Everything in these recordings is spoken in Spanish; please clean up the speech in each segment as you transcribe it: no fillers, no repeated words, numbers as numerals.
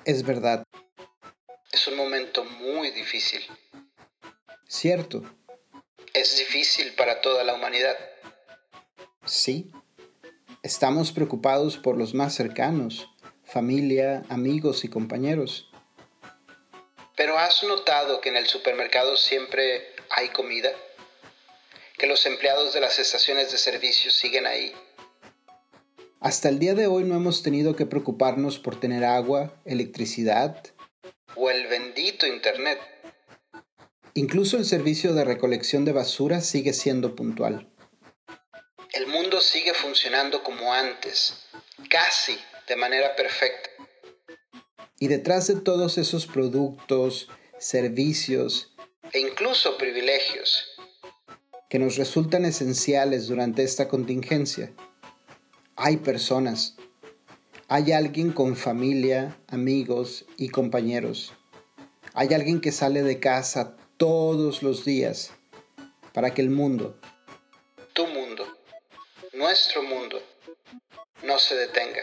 Es verdad. Es un momento muy difícil. Cierto. Es difícil para toda la humanidad. Sí. Estamos preocupados por los más cercanos, familia, amigos y compañeros. Pero ¿has notado que en el supermercado siempre hay comida? ¿Que los empleados de las estaciones de servicio siguen ahí? Hasta el día de hoy no hemos tenido que preocuparnos por tener agua, electricidad o el bendito internet. Incluso el servicio de recolección de basura sigue siendo puntual. El mundo sigue funcionando como antes, casi de manera perfecta. Y detrás de todos esos productos, servicios e incluso privilegios que nos resultan esenciales durante esta contingencia, hay personas. Hay alguien con familia, amigos y compañeros. Hay alguien que sale de casa todos los días para que el mundo, tu mundo, nuestro mundo, no se detenga.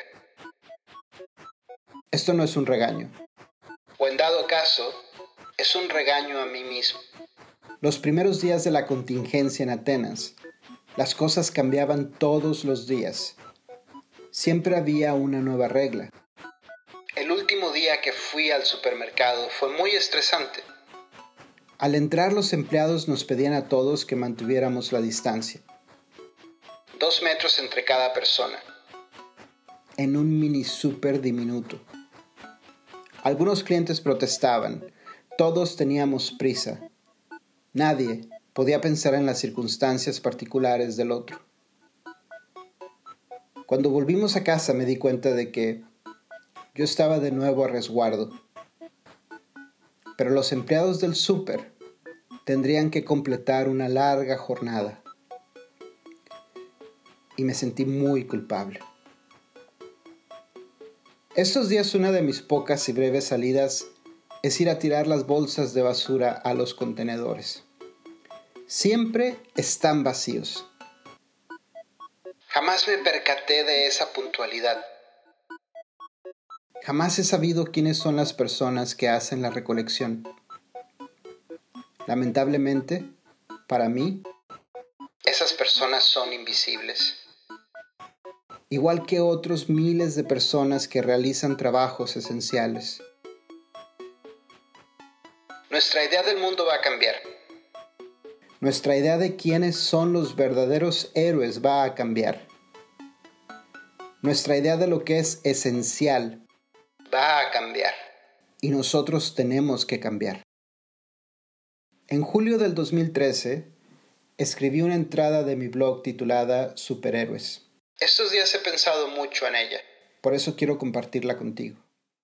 Esto no es un regaño. O en dado caso, es un regaño a mí mismo. Los primeros días de la contingencia en Atenas, las cosas cambiaban todos los días. Siempre había una nueva regla. El último día que fui al supermercado fue muy estresante. Al entrar, los empleados nos pedían a todos que mantuviéramos la distancia. 2 metros entre cada persona. En un mini súper diminuto. Algunos clientes protestaban. Todos teníamos prisa. Nadie podía pensar en las circunstancias particulares del otro. Cuando volvimos a casa me di cuenta de que yo estaba de nuevo a resguardo. Pero los empleados del súper tendrían que completar una larga jornada. Y me sentí muy culpable. Estos días una de mis pocas y breves salidas es ir a tirar las bolsas de basura a los contenedores. Siempre están vacíos. Jamás me percaté de esa puntualidad. Jamás he sabido quiénes son las personas que hacen la recolección. Lamentablemente, para mí, esas personas son invisibles. Igual que otros miles de personas que realizan trabajos esenciales. Nuestra idea del mundo va a cambiar. Nuestra idea de quiénes son los verdaderos héroes va a cambiar. Nuestra idea de lo que es esencial va a cambiar. Y nosotros tenemos que cambiar. En julio del 2013, escribí una entrada de mi blog titulada Superhéroes. Estos días he pensado mucho en ella. Por eso quiero compartirla contigo.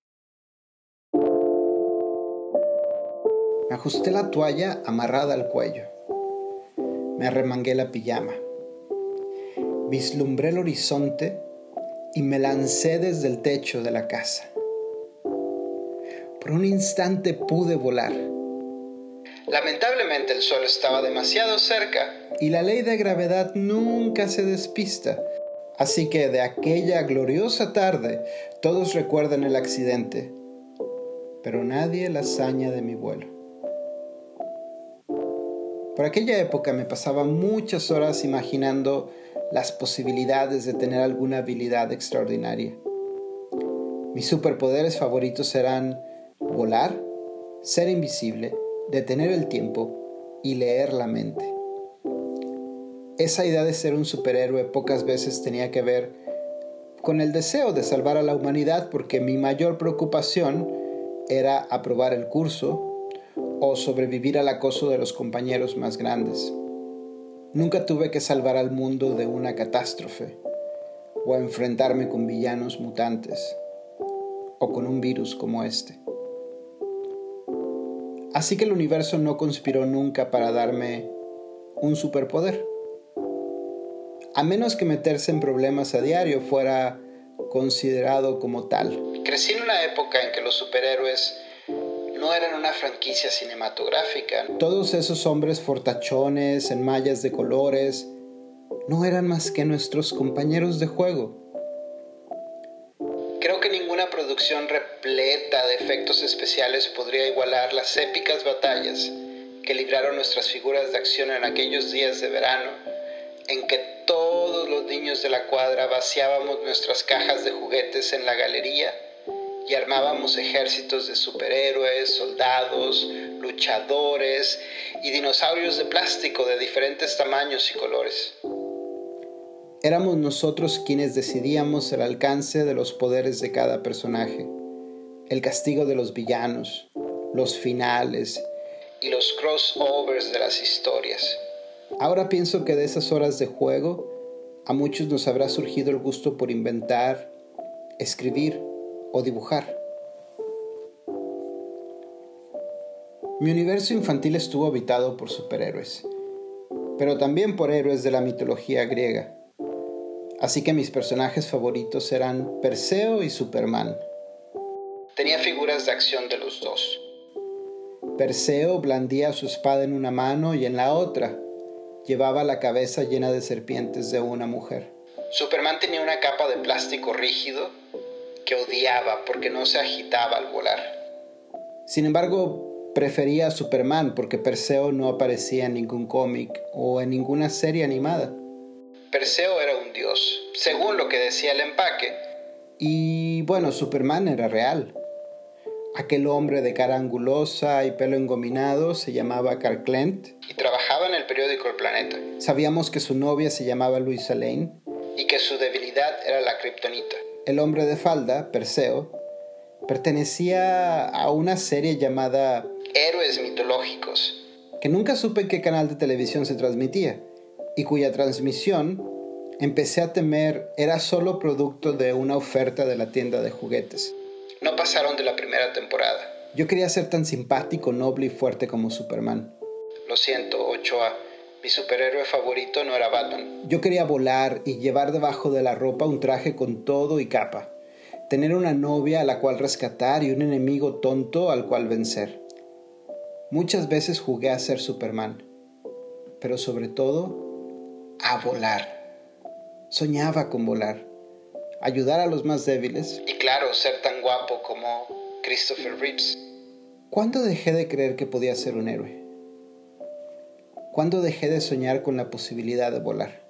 Me ajusté la toalla amarrada al cuello. Me arremangué la pijama. Vislumbré el horizonte y me lancé desde el techo de la casa. Por un instante pude volar. Lamentablemente el sol estaba demasiado cerca. Y la ley de gravedad nunca se despista. Así que de aquella gloriosa tarde todos recuerdan el accidente, pero nadie la hazaña de mi vuelo. Por aquella época me pasaba muchas horas imaginando las posibilidades de tener alguna habilidad extraordinaria. Mis superpoderes favoritos eran volar, ser invisible, detener el tiempo y leer la mente. Esa idea de ser un superhéroe pocas veces tenía que ver con el deseo de salvar a la humanidad, porque mi mayor preocupación era aprobar el curso o sobrevivir al acoso de los compañeros más grandes. Nunca tuve que salvar al mundo de una catástrofe o enfrentarme con villanos mutantes o con un virus como este. Así que el universo no conspiró nunca para darme un superpoder. A menos que meterse en problemas a diario fuera considerado como tal. Crecí en una época en que los superhéroes no eran una franquicia cinematográfica. Todos esos hombres fortachones en mallas de colores no eran más que nuestros compañeros de juego. Creo que ninguna producción producción repleta de efectos especiales podría igualar las épicas batallas que libraron nuestras figuras de acción en aquellos días de verano, en que todos los niños de la cuadra vaciábamos nuestras cajas de juguetes en la galería y armábamos ejércitos de superhéroes, soldados, luchadores y dinosaurios de plástico de diferentes tamaños y colores. Éramos nosotros quienes decidíamos el alcance de los poderes de cada personaje, el castigo de los villanos, los finales y los crossovers de las historias. Ahora pienso que de esas horas de juego, a muchos nos habrá surgido el gusto por inventar, escribir o dibujar. Mi universo infantil estuvo habitado por superhéroes, pero también por héroes de la mitología griega. Así que mis personajes favoritos eran Perseo y Superman. Tenía figuras de acción de los dos. Perseo blandía su espada en una mano y en la otra llevaba la cabeza llena de serpientes de una mujer. Superman tenía una capa de plástico rígido que odiaba porque no se agitaba al volar. Sin embargo, prefería a Superman porque Perseo no aparecía en ningún cómic o en ninguna serie animada. Perseo era un dios, según lo que decía el empaque. Y bueno, Superman era real. Aquel hombre de cara angulosa y pelo engominado se llamaba Clark Kent. Y trabajaba en el periódico El Planeta. Sabíamos que su novia se llamaba Lois Lane. Y que su debilidad era la kriptonita. El hombre de falda, Perseo, pertenecía a una serie llamada Héroes Mitológicos, que nunca supe en qué canal de televisión se transmitía, y cuya transmisión, empecé a temer, era solo producto de una oferta de la tienda de juguetes. No pasaron de la primera temporada. Yo quería ser tan simpático, noble y fuerte como Superman. Lo siento, Ochoa. Mi superhéroe favorito no era Batman. Yo quería volar y llevar debajo de la ropa un traje con todo y capa. Tener una novia a la cual rescatar y un enemigo tonto al cual vencer. Muchas veces jugué a ser Superman, pero sobre todo a volar. Soñaba con volar, ayudar a los más débiles. Y claro, ser tan guapo como Christopher Reeves. ¿Cuándo dejé de creer que podía ser un héroe? ¿Cuándo dejé de soñar con la posibilidad de volar?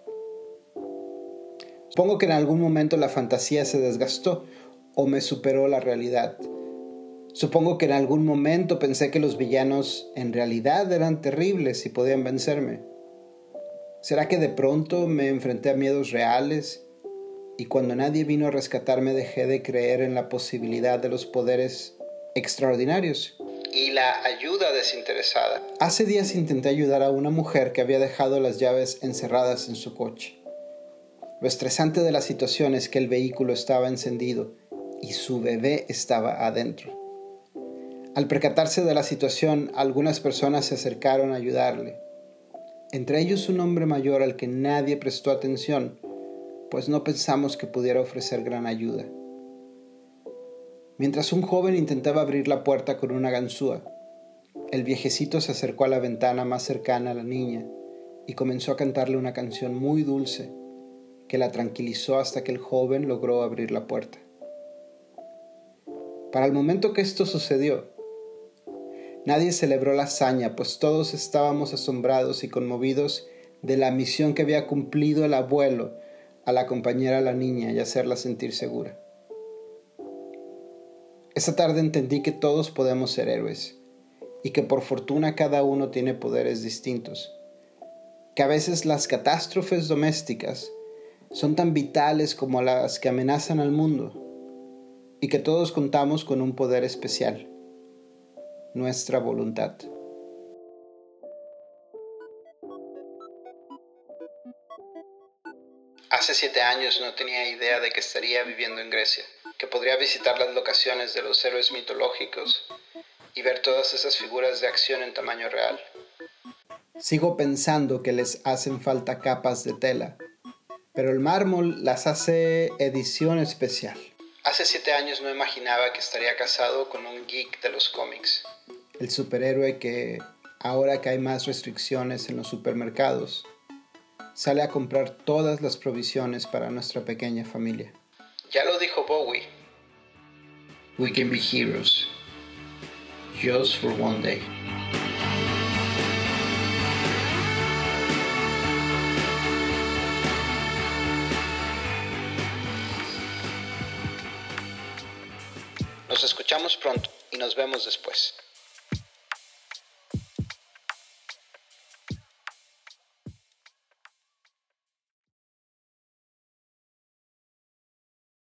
Supongo que en algún momento la fantasía se desgastó o me superó la realidad. Supongo que en algún momento pensé que los villanos en realidad eran terribles y podían vencerme. ¿Será que de pronto me enfrenté a miedos reales y cuando nadie vino a rescatarme dejé de creer en la posibilidad de los poderes extraordinarios? Y la ayuda desinteresada. Hace días intenté ayudar a una mujer que había dejado las llaves encerradas en su coche. Lo estresante de la situación es que el vehículo estaba encendido y su bebé estaba adentro. Al percatarse de la situación, algunas personas se acercaron a ayudarle. Entre ellos un hombre mayor al que nadie prestó atención, pues no pensamos que pudiera ofrecer gran ayuda. Mientras un joven intentaba abrir la puerta con una ganzúa, el viejecito se acercó a la ventana más cercana a la niña y comenzó a cantarle una canción muy dulce que la tranquilizó hasta que el joven logró abrir la puerta. Para el momento que esto sucedió, nadie celebró la hazaña, pues todos estábamos asombrados y conmovidos de la misión que había cumplido el abuelo al acompañar a la niña y hacerla sentir segura. Esa tarde entendí que todos podemos ser héroes y que por fortuna cada uno tiene poderes distintos, que a veces las catástrofes domésticas son tan vitales como las que amenazan al mundo y que todos contamos con un poder especial, nuestra voluntad. Hace 7 años no tenía idea de que estaría viviendo en Grecia, que podría visitar las locaciones de los héroes mitológicos y ver todas esas figuras de acción en tamaño real. Sigo pensando que les hacen falta capas de tela, pero el mármol las hace edición especial. Hace 7 años no imaginaba que estaría casado con un geek de los cómics. El superhéroe que, ahora que hay más restricciones en los supermercados, sale a comprar todas las provisiones para nuestra pequeña familia. Ya lo dijo Bowie. We can be heroes. Just for one day. Nos escuchamos pronto y nos vemos después.